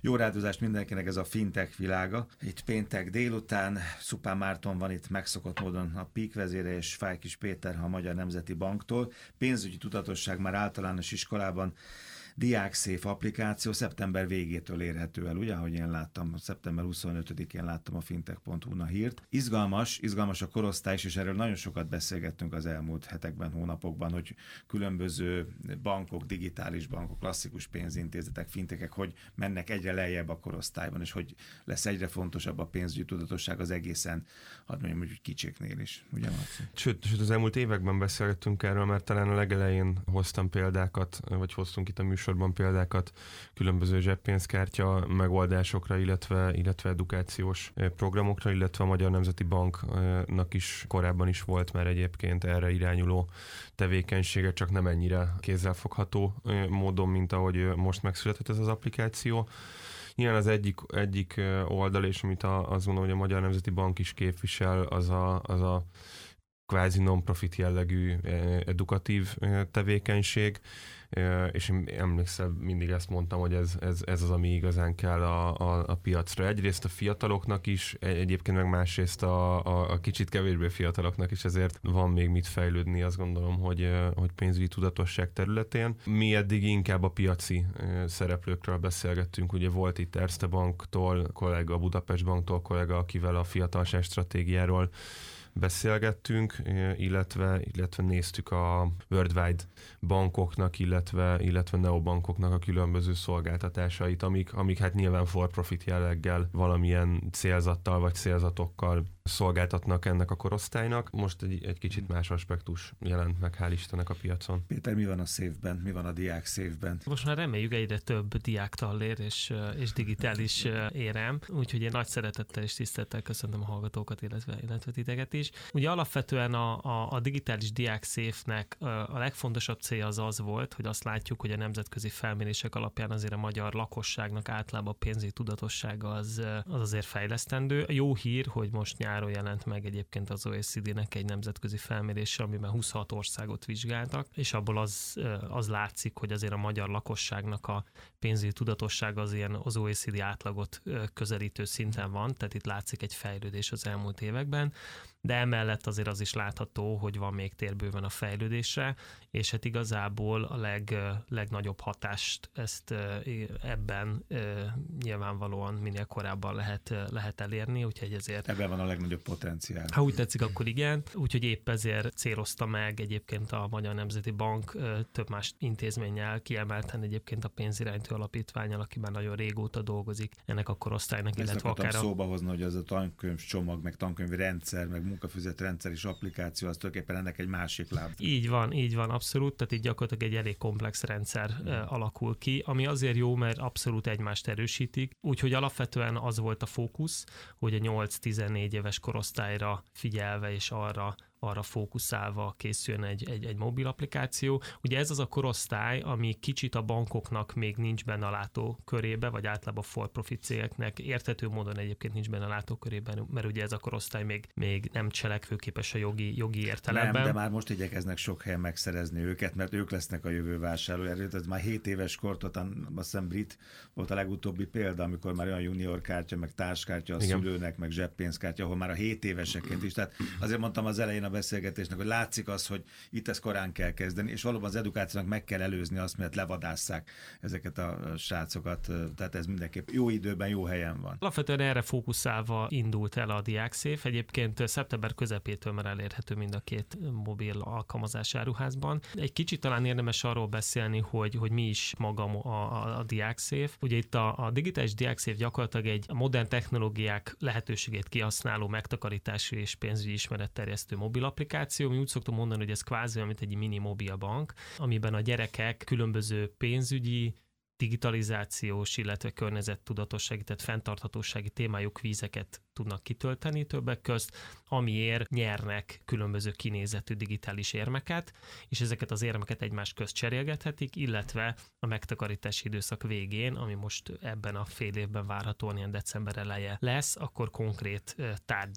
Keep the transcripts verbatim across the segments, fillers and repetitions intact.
Jó rádiózást mindenkinek, ez a fintech világa. Itt péntek délután Szupán Márton van itt megszokott módon a pé í ká vezére, és Fájkis Péter a Magyar Nemzeti Banktól. Pénzügyi tudatosság már általános iskolában. DiákSafe applikáció szeptember végétől érhető el, ugye, ahogy én láttam, szeptember huszonötödikén láttam a fintech pont hu-n a hírt. Izgalmas, izgalmas a korosztály is, és erről nagyon sokat beszélgettünk az elmúlt hetekben, hónapokban, hogy különböző bankok, digitális bankok, klasszikus pénzintézetek, fintekek, hogy mennek egyre lejjebb a korosztályban, és hogy lesz egyre fontosabb a pénzügyi tudatosság az egészen, hadd mondjam, hogy kicsiknél is, ugye, Marci? Sőt, sőt, az elmúlt években beszélgettünk erről, mert talán a legelején hoztam példákat, vagy hoztunk itt a műsorban példákat különböző zseppénzkártya megoldásokra, illetve, illetve edukációs programokra, illetve a Magyar Nemzeti Banknak is korábban is volt már egyébként erre irányuló tevékenysége, csak nem ennyire kézzelfogható módon, mint ahogy most megszületett ez az applikáció. Nyilván az egyik, egyik oldal, és amit azt gondolom, hogy a Magyar Nemzeti Bank is képvisel, az a, az a kvázi non-profit jellegű edukatív tevékenység, és én emlékszem, mindig ezt mondtam, hogy ez, ez, ez az, ami igazán kell a, a, a piacra. Egyrészt a fiataloknak is, egyébként meg másrészt a, a, a kicsit kevésbé fiataloknak is, ezért van még mit fejlődni, azt gondolom, hogy, hogy pénzügyi tudatosság területén. Mi eddig inkább a piaci szereplőkről beszélgettünk, ugye volt itt Erste Banktól, kollega, a Budapest Banktól kollega, akivel a fiatalság stratégiáról beszélgettünk, illetve, illetve néztük a worldwide bankoknak, illetve, illetve neobankoknak a különböző szolgáltatásait, amik, amik hát nyilván for-profit jelleggel valamilyen célzattal vagy célzatokkal szolgáltatnak ennek a korosztálynak. Most egy, egy kicsit más aspektus jelent meg, hál' Istennek a piacon. Péter, mi van a Safe-ben? Mi van a DiákSafe-ben? Most már reméljük egyre több diák tallér és, és digitális érem, úgyhogy én nagy szeretettel és tisztelettel köszöntöm a hallgatókat, illetve, illetve titeket is. Ugye alapvetően a, a, a digitális DiákSafe-nek a legfontosabb célja az az volt, hogy azt látjuk, hogy a nemzetközi felmérések alapján azért a magyar lakosságnak általában a pénzügyi tudatossága az, az azért fejlesztendő. Jó hír, hogy most nyáron jelent meg egyébként az o e cé dé-nek egy nemzetközi felmérése, amiben huszonhat országot vizsgáltak, és abból az, az látszik, hogy azért a magyar lakosságnak a pénzügyi tudatossága az ilyen az o e cé dé átlagot közelítő szinten van, tehát itt látszik egy fejlődés az elmúlt években, de emellett azért az is látható, hogy van még tér bőven a fejlődésre, és hát igazából a leg, legnagyobb hatást ezt ebben nyilvánvalóan minél korábban lehet, lehet elérni, úgyhogy ezért... Ebben van a legnagyobb potenciál. Ha úgy tetszik, akkor igen, úgyhogy épp ezért célozta meg egyébként a Magyar Nemzeti Bank több más intézménnyel, kiemelten egyébként a pénzirányító alapítvánnyal, aki már nagyon régóta dolgozik ennek a korosztálynak, ezt illetve akár a... szóba hozni, hogy az a tankönyv csomag, meg tankönyvi rendszer, meg munkafüzetrendszer és applikáció, az tulajdonképpen ennek egy másik láb. Így van, így van, abszolút, tehát így gyakorlatilag egy elég komplex rendszer hmm. alakul ki, ami azért jó, mert abszolút egymást erősítik, úgyhogy alapvetően az volt a fókusz, hogy a nyolc-tizennégy éves korosztályra figyelve és arra arra fókuszálva készüljön egy, egy, egy mobil applikáció. Ugye ez az a korosztály, ami kicsit a bankoknak még nincs benne a látókörébe, vagy általában for-profit cégeknek érthető módon egyébként nincs benne a látókörében, mert ugye ez a korosztály még, még nem cselekvőképes a jogi, jogi értelemben. Nem, de már most igyekeznek sok helyen megszerezni őket, mert ők lesznek a jövő vásárlóerő. Ez már hét éves kortot, azt hiszem brit volt a legutóbbi példa, amikor már olyan junior kártya, meg társkártya a Igen. szülőnek, meg zseppénzkártya, ahol már a hét éveseket is. Tehát azért mondtam az elején a beszélgetésnek, hogy látszik az, hogy itt ezt korán kell kezdeni, és valóban az edukációnak meg kell előzni azt, mert levadásszák ezeket a srácokat, tehát ez mindenképp jó időben, jó helyen van. Alapvetően erre fókuszálva indult el a DiákSafe. Egyébként szeptember közepétől már elérhető mind a két mobil alkalmazás áruházban. Egy kicsit talán érdemes arról beszélni, hogy, hogy mi is maga a, a, a DiákSafe. Ugye itt a, a digitális DiákSafe gyakorlatilag egy modern technológiák lehetőségét kihasználó megtakarítási és pénzügyi ismeretterjesztő mobil applikáció. Mi úgy szoktunk mondani, hogy ez kvázi olyan, mint egy mini mobilbank, amiben a gyerekek különböző pénzügyi, digitalizációs, illetve környezettudatossági, tehát fenntarthatósági témájú kvízeket tudnak kitölteni többek közt, amiért nyernek különböző kinézetű digitális érmeket, és ezeket az érmeket egymás közt cserélgethetik, illetve a megtakarítási időszak végén, ami most ebben a fél évben várhatóan ilyen december eleje lesz, akkor konkrét tárgyi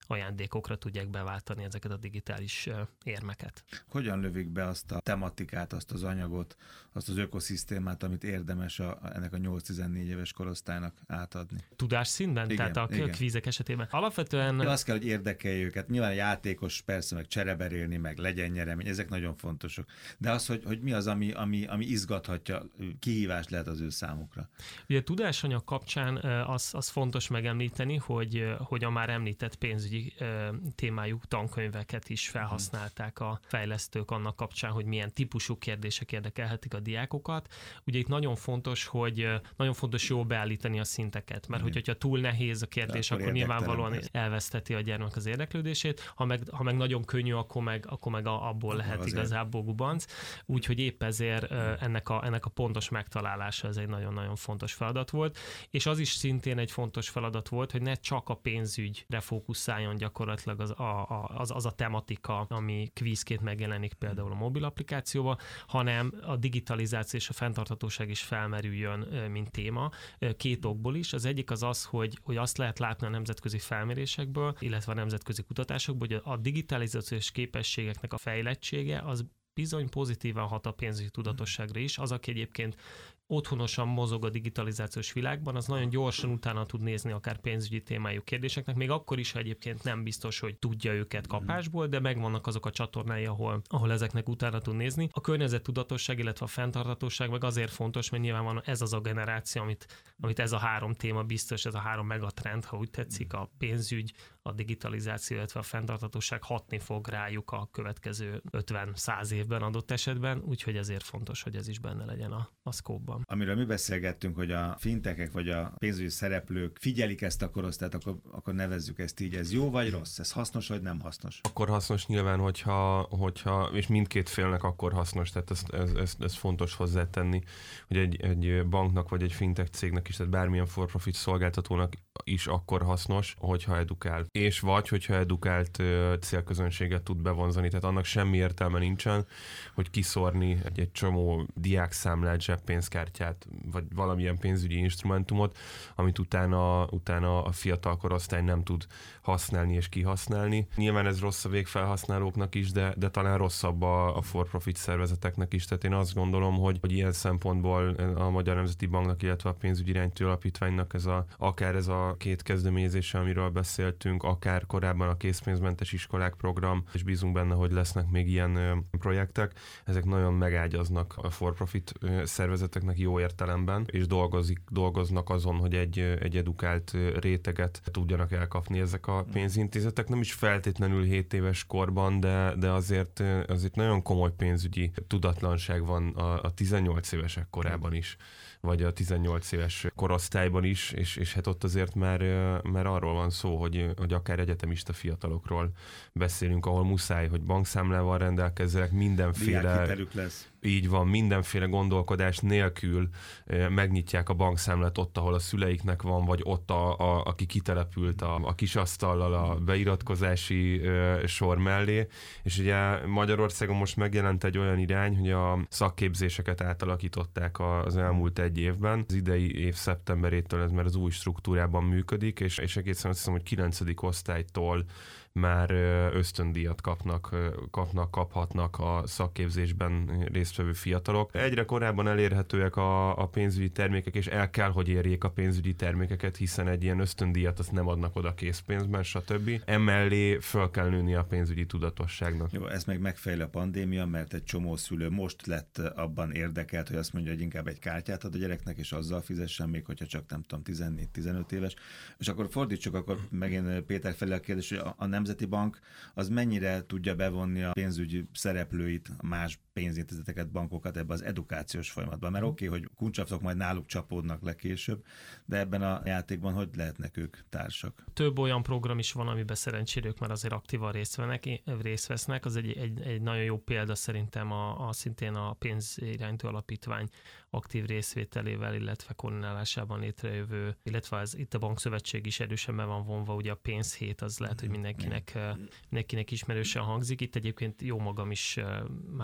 ajándékokra tudják beváltani ezeket a digitális érmeket. Hogyan lövik be azt a tematikát, azt az anyagot, azt az ökoszisztémát, amit érdemes a, ennek a nyolc-tizennégy éves korosztálynak átadni? Tudásszintben? Igen, tehát a igen. kvízek esetében? Alapvetően... Ja, azt kell, hogy érdekelje őket. Nyilván a játékos persze, meg csereberélni, meg legyen nyeremény, ezek nagyon fontosok. De az, hogy, hogy mi az, ami, ami, ami izgathatja, kihívás lehet az ő számukra. Ugye a tudásanyag kapcsán az, az fontos megemlíteni, hogy, hogy a már említett pénzügyi témájú tankönyveket is felhasználták a fejlesztők annak kapcsán, hogy milyen típusú kérdések érdekelhetik a diákokat. Ugye itt nagyon fontos, hogy nagyon fontos jól beállítani a szinteket, mert hogyha túl nehéz a kérdés, akkor, akkor nyilvánvalóan elveszteti a gyermek az érdeklődését, ha meg, ha meg nagyon könnyű, akkor meg, akkor meg abból akkor lehet azért igazából gubanc. Úgyhogy épp ezért ennek a, ennek a pontos megtalálása ez egy nagyon-nagyon fontos feladat volt, és az is szintén egy fontos feladat volt, hogy ne csak a pénzügyre fókuszáljon gyakorlatilag az a, az, az a tematika, ami kvízként megjelenik például a mobil applikációban, hanem a digitalizáció és a fenntarthatóság is felmerüljön, mint téma. Két okból is. Az egyik az az, hogy, hogy azt lehet látni a nemzetközi felmérésekből, illetve a nemzetközi kutatásokból, hogy a digitalizációs képességeknek a fejlettsége az bizony pozitívan hat a pénzügyi tudatosságra is. Az, aki egyébként otthonosan mozog a digitalizációs világban, az nagyon gyorsan utána tud nézni akár pénzügyi témájú kérdéseknek, még akkor is, ha egyébként nem biztos, hogy tudja őket kapásból, de megvannak azok a csatornái, ahol, ahol ezeknek utána tud nézni. A környezettudatosság, illetve a fenntarthatóság meg azért fontos, mert nyilvánvalóan ez az a generáció, amit, amit ez a három téma biztos, ez a három megatrend, ha úgy tetszik, a pénzügy, a digitalizáció, illetve a fenntarthatóság hatni fog rájuk a következő ötven-száz évben adott esetben, úgyhogy ezért fontos, hogy ez is benne legyen a, a szkópban. Amiről mi beszélgettünk, hogy a fintekek vagy a pénzügyi szereplők figyelik ezt a korosztályt, akkor, akkor nevezzük ezt így. Ez jó vagy rossz? Ez hasznos vagy nem hasznos? Akkor hasznos nyilván, hogyha, hogyha és mindkét félnek akkor hasznos, tehát ez, ez, ez, ez fontos hozzátenni, hogy egy, egy banknak vagy egy fintech cégnek is, tehát bármilyen for-profit szolgáltatónak is akkor hasznos, hogyha edukál. És vagy, hogyha edukált célközönséget tud bevonzani, tehát annak semmi értelme nincsen, hogy kiszórni egy, egy csomó diákszámlát, zseppénzkártyát, vagy valamilyen pénzügyi instrumentumot, amit utána, utána a fiatal korosztály nem tud használni és kihasználni. Nyilván ez rossz a végfelhasználóknak is, de, de talán rosszabb a, a for-profit szervezeteknek is. Tehát én azt gondolom, hogy, hogy ilyen szempontból a Magyar Nemzeti Banknak, illetve a Pénzügyi Irányító Alapítványnak ez a, akár ez a két kezdeményezése, amiről beszéltünk, akár korábban a készpénzmentes iskolák program, és bízunk benne, hogy lesznek még ilyen projektek. Ezek nagyon megágyaznak a for-profit szervezeteknek jó értelemben, és dolgozik, dolgoznak azon, hogy egy, egy edukált réteget tudjanak elkapni ezek a pénzintézetek. Nem is feltétlenül hét éves korban, de, de azért, azért nagyon komoly pénzügyi tudatlanság van a, a tizennyolc évesek korában is, vagy a tizennyolc éves korosztályban is, és, és hát ott azért már, már arról van szó, hogy, hogy akár egyetemista fiatalokról beszélünk, ahol muszáj, hogy bankszámlával rendelkezzenek, mindenféle... Diákhitelük lesz. Így van, mindenféle gondolkodás nélkül megnyitják a bankszámlát ott, ahol a szüleiknek van, vagy ott, a, a, aki kitelepült a, a kis asztallal a beiratkozási ö, sor mellé. És ugye Magyarországon most megjelent egy olyan irány, hogy a szakképzéseket átalakították az elmúlt egy évben. Az idei év szeptemberétől ez már az új struktúrában működik, és, és egészen azt hiszem, hogy kilencedik osztálytól már ösztöndíjat kapnak, kapnak, kaphatnak a szakképzésben résztvevő fiatalok. Egyre korábban elérhetőek a, a pénzügyi termékek, és el kell, hogy érjék a pénzügyi termékeket, hiszen egy ilyen ösztöndíjat azt nem adnak oda készpénzben, stb. Emellé föl kell nőni a pénzügyi tudatosságnak. Jó, ez meg megfejl a pandémia, mert egy csomó szülő most lett abban érdekelt, hogy azt mondja, hogy inkább egy kártyát ad a gyereknek, és azzal fizessen, még hogyha csak nem tudom, tizennégy-tizenöt éves. És akkor fordítsuk akkor megint Péter felé a kérdés, hogy a, a Nemzeti Bank az mennyire tudja bevonni a pénzügyi szereplőit, más pénzintézeteket, bankokat ebbe az edukációs folyamatban. Mert oké, okay, hogy kuncsaftok majd náluk csapódnak le később, de ebben a játékban hogy lehetnek ők társak? Több olyan program is van, amiben szerencsére ők már azért aktívan részt, vennek, részt vesznek. Az egy, egy, egy nagyon jó példa szerintem a, a szintén a Pénzirányító Alapítvány aktív részvételével, illetve koordinálásában létrejövő, illetve ez, itt a Bankszövetség is erősen be van vonva, ugye a pénzhét, az lehet, hogy mindenkinek, mindenkinek ismerősen hangzik. Itt egyébként jó magam is már jó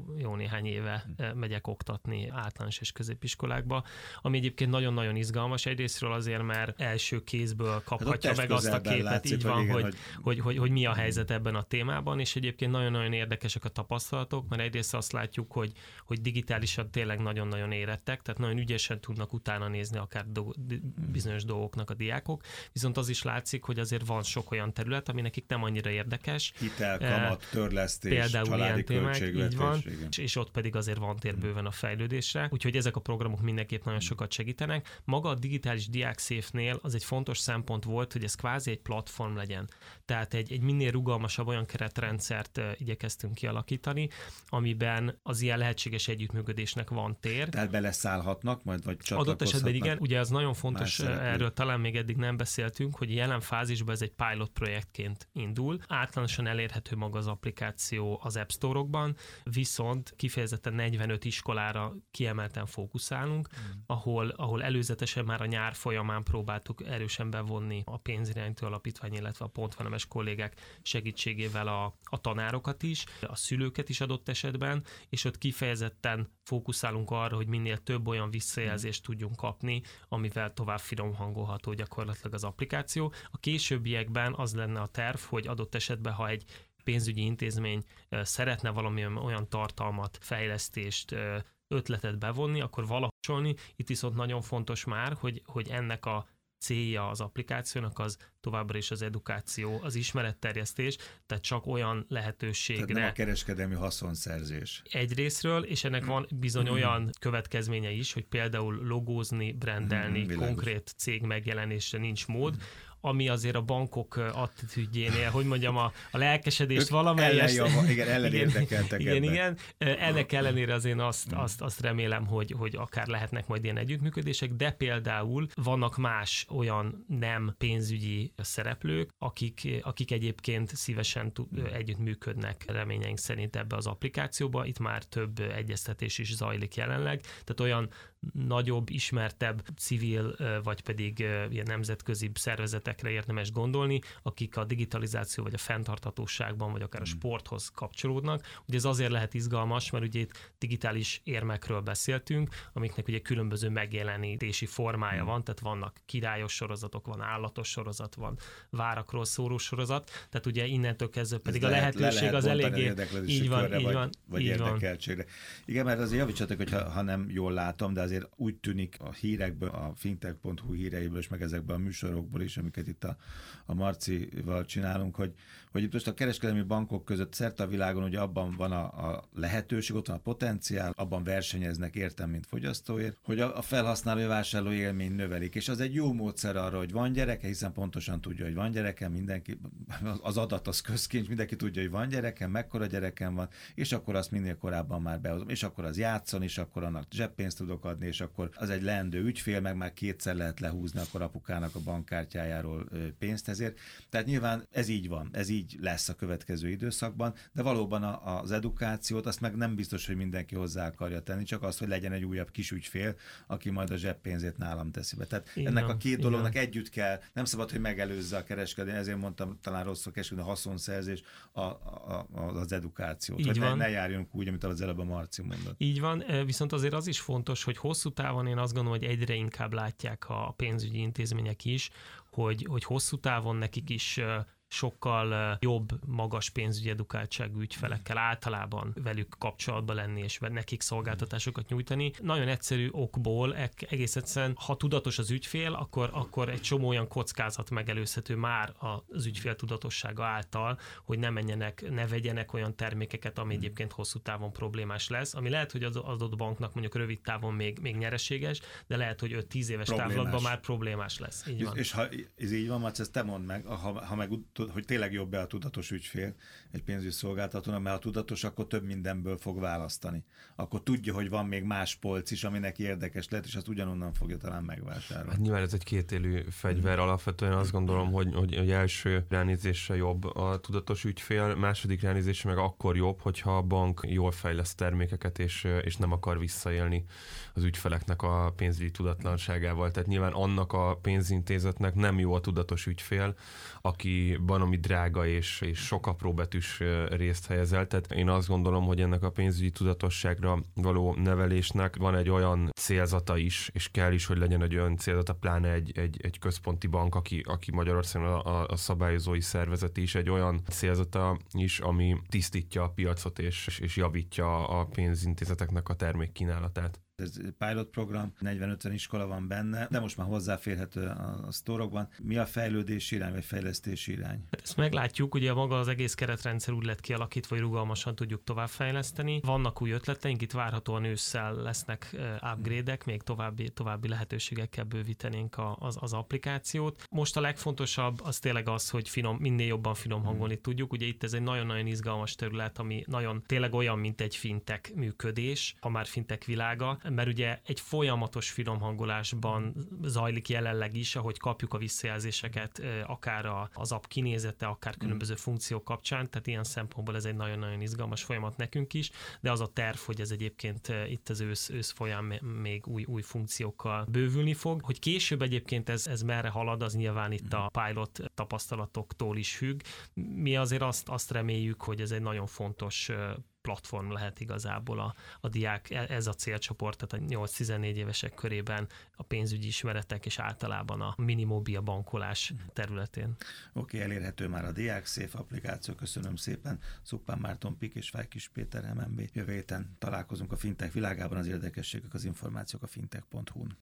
jó néhány éve megyek oktatni általános és középiskolákba, ami egyébként nagyon-nagyon izgalmas egyrésztről azért, mert első kézből kaphatja hát meg azt a képet, látszik, így van, hogy, igen, hogy, hogy, hogy, hogy mi a helyzet ebben a témában, és egyébként nagyon-nagyon érdekesek a tapasztalatok, mert egyrészt azt látjuk, hogy, hogy digitálisan tényleg nagyon-nagyon érettek, tehát nagyon ügyesen tudnak utána nézni akár do, bizonyos dolgoknak a diákok, viszont az is látszik, hogy azért van sok olyan terület, ami nekik nem annyira érdekes. Hitel, kamat, törlesztés, például családi ilyen témák, így van, és, és ott pedig azért van tér bőven a fejlődésre, úgyhogy ezek a programok mindenképp nagyon sokat segítenek. Maga a digitális diákszéfnél az egy fontos szempont volt, hogy ez kvázi egy platform legyen. Tehát egy, egy minél rugalmasabb olyan keretrendszert igyekeztünk kialakítani, amiben az ilyen lehetséges együttműködésnek van tér. Tehát beleszállhatnak majd, vagy csatlakozhatnak? Adott esetben igen, ugye az nagyon fontos, erről talán még eddig nem beszéltünk, hogy jelen fázisban ez egy pilot projektként indul. Általánosan elérhető maga az applikáció az App Store-okban, viszont kifejezetten negyvenöt iskolára kiemelten fókuszálunk, mm. ahol, ahol előzetesen már a nyár folyamán próbáltuk erősen bevonni a pénzirányító alapítvány, illetve a pontvenemes kollégák segítségével a, a tanárokat is, a szülőket is adott esetben, és ott kifejezetten fókuszálunk arra, hogy minél több olyan visszajelzést tudjunk kapni, amivel tovább finom hangolható gyakorlatilag az applikáció. A későbbiekben az lenne a terv, hogy adott esetben, ha egy pénzügyi intézmény szeretne valami olyan tartalmat, fejlesztést, ötletet bevonni, akkor valahol. Itt viszont nagyon fontos már, hogy, hogy ennek a célja az applikációnak az továbbra is az edukáció, az ismeretterjesztés, tehát csak olyan lehetőségre. Tehát nem a kereskedelmi haszonszerzés. Egyrészről, és ennek van bizony olyan következménye is, hogy például logózni, brandelni, mm, konkrét cég megjelenésre nincs mód, mm. ami azért a bankok attitűdjénél, hogy mondjam, a, a lelkesedést valamelyest... Ellen, igen, ellen érdekeltek igen, igen, ennek ellenére azért azt, azt, azt remélem, hogy, hogy akár lehetnek majd ilyen együttműködések, de például vannak más olyan nem pénzügyi szereplők, akik, akik egyébként szívesen együttműködnek reményeink szerint ebbe az applikációba. Itt már több egyeztetés is zajlik jelenleg, tehát olyan nagyobb, ismertebb civil, vagy pedig ilyen nemzetközi szervezetekre érdemes gondolni, akik a digitalizáció, vagy a fenntarthatóságban, vagy akár a sporthoz kapcsolódnak. Ugye ez azért lehet izgalmas, mert ugye itt digitális érmekről beszéltünk, amiknek ugye különböző megjelenítési formája van, tehát vannak királyos sorozatok, van állatos sorozat, van várakról szóló sorozat, tehát ugye innentől kezdve pedig ez a lehet, lehetőség le az eléggé... Így van, így vagy, van. Vagy így érdekeltségre. Van. Igen, mert azért javítsatok, hogyha, ha nem jól látom, de azért úgy tűnik a hírekből, a fintech pont hu híreiből, és meg ezekben a műsorokból is, amiket itt a, a Marcival csinálunk, hogy, hogy itt most a kereskedelmi bankok között szerte a világon ugye abban van a, a lehetőség, ott van a potenciál, abban versenyeznek értem, mint fogyasztóért, hogy a, a felhasználó vásárló élmény növelik, és az egy jó módszer arra, hogy van gyereke, hiszen pontosan tudja, hogy van gyereke, mindenki, az adat az közkincs, mindenki tudja, hogy van gyereke, mekkora gyerekem van, és akkor azt minél korábban már behozom, és akkor az játszon, és akkor annak zseppénzt tudok adni, és akkor az egy leendő ügyfél, meg már kétszer lehet lehúzni akkor apukának a bankkártyájáról pénzt ezért. Tehát nyilván ez így van, ez így lesz a következő időszakban, de valóban a, az edukációt azt meg nem biztos, hogy mindenki hozzá akarja tenni, csak az, hogy legyen egy újabb kis ügyfél, aki majd a zseppénzét nálam teszi be. Tehát igen, ennek a két dolognak igen. együtt kell, nem szabad, hogy megelőzze a kereskedelmi, ezért mondtam talán rosszul kereskedelmi, a haszonszerzés, a, a, a, az edukációt. Így hogy ne, ne járjunk úgy, amit az előbb a Marci mondott. Így van, viszont azért az is fontos, hogy hosszú távon én azt gondolom, hogy egyre inkább látják a pénzügyi intézmények is, hogy, hogy hosszú távon nekik is sokkal jobb, magas pénzügyi edukáltságú ügyfelekkel általában velük kapcsolatban lenni, és nekik szolgáltatásokat nyújtani. Nagyon egyszerű okból, egész egyszerűen, ha tudatos az ügyfél, akkor, akkor egy csomó olyan kockázat megelőzhető már az ügyfél tudatossága által, hogy ne menjenek, ne vegyenek olyan termékeket, ami egyébként hosszú távon problémás lesz, ami lehet, hogy az adott banknak mondjuk rövid távon még, még nyereséges, de lehet, hogy öt-tíz éves problémás. távlatban már problémás lesz. Így van. És ha ez így van, Marci, ezt te mondd meg, ha, ha meg hogy tényleg jobb-e a tudatos ügyfél egy pénzügyi szolgáltatónak, mert ha tudatos, akkor több mindenből fog választani. Akkor tudja, hogy van még más polc is, ami neki érdekes lehet, és azt ugyanonnan fogja talán megvásárolni. Hát nyilván ez egy kétélű fegyver. Alapvetően azt gondolom, hogy, hogy, hogy első ránézésre jobb a tudatos ügyfél, második ránézésre meg akkor jobb, hogyha a bank jól fejleszt termékeket, és, és nem akar visszaélni az ügyfeleknek a pénzügyi tudatlanságával. Tehát nyilván annak a pénzintézetnek nem jó a tudatos ügyfél, aki baromi drága és, és sok apróbetűs részt helyezel. Tehát én azt gondolom, hogy ennek a pénzügyi tudatosságra való nevelésnek van egy olyan célzata is, és kell is, hogy legyen egy olyan célzata, pláne egy, egy, egy központi bank, aki, aki Magyarországon a, a, a szabályozói szervezet is, egy olyan célzata is, ami tisztítja a piacot és, és javítja a pénzintézeteknek a termékkínálatát. Ez pilot program, negyven-ötven iskola van benne, de most már hozzáférhető a sztorokban. Mi a fejlődési irány, vagy fejlesztési irány? Ezt meglátjuk, ugye maga az egész keretrendszer úgy lett kialakítva, hogy rugalmasan tudjuk továbbfejleszteni. Vannak új ötleteink, itt várhatóan ősszel lesznek upgrade-ek, még további, további lehetőségekkel bővítenénk a, az, az applikációt. Most a legfontosabb az tényleg az, hogy finom, minél jobban finom hangolni hmm. tudjuk. Ugye itt ez egy nagyon-nagyon izgalmas terület, ami nagyon tényleg olyan, mint egy fintech működés, ha már fintech világa, mert ugye egy folyamatos finomhangolásban zajlik jelenleg is, ahogy kapjuk a visszajelzéseket, akár az app kinézete, akár különböző funkciók kapcsán, tehát ilyen szempontból ez egy nagyon-nagyon izgalmas folyamat nekünk is, de az a terv, hogy ez egyébként itt az ősz, ősz folyam még új, új funkciókkal bővülni fog. Hogy később egyébként ez, ez merre halad, az nyilván itt a pilot tapasztalatoktól is függ. Mi azért azt, azt reméljük, hogy ez egy nagyon fontos platform lehet igazából a, a diák, ez a célcsoport, tehát a nyolc-tizennégy évesek körében a pénzügyi ismeretek és általában a minimobil bankolás területén. Oké, okay, elérhető már a DiákSafe applikáció, köszönöm szépen. Szuppán Márton Pik és Fájkis Péter em en bé. Jövő héten találkozunk a fintech világában, az érdekességek, az információk a fintech pont hu-n.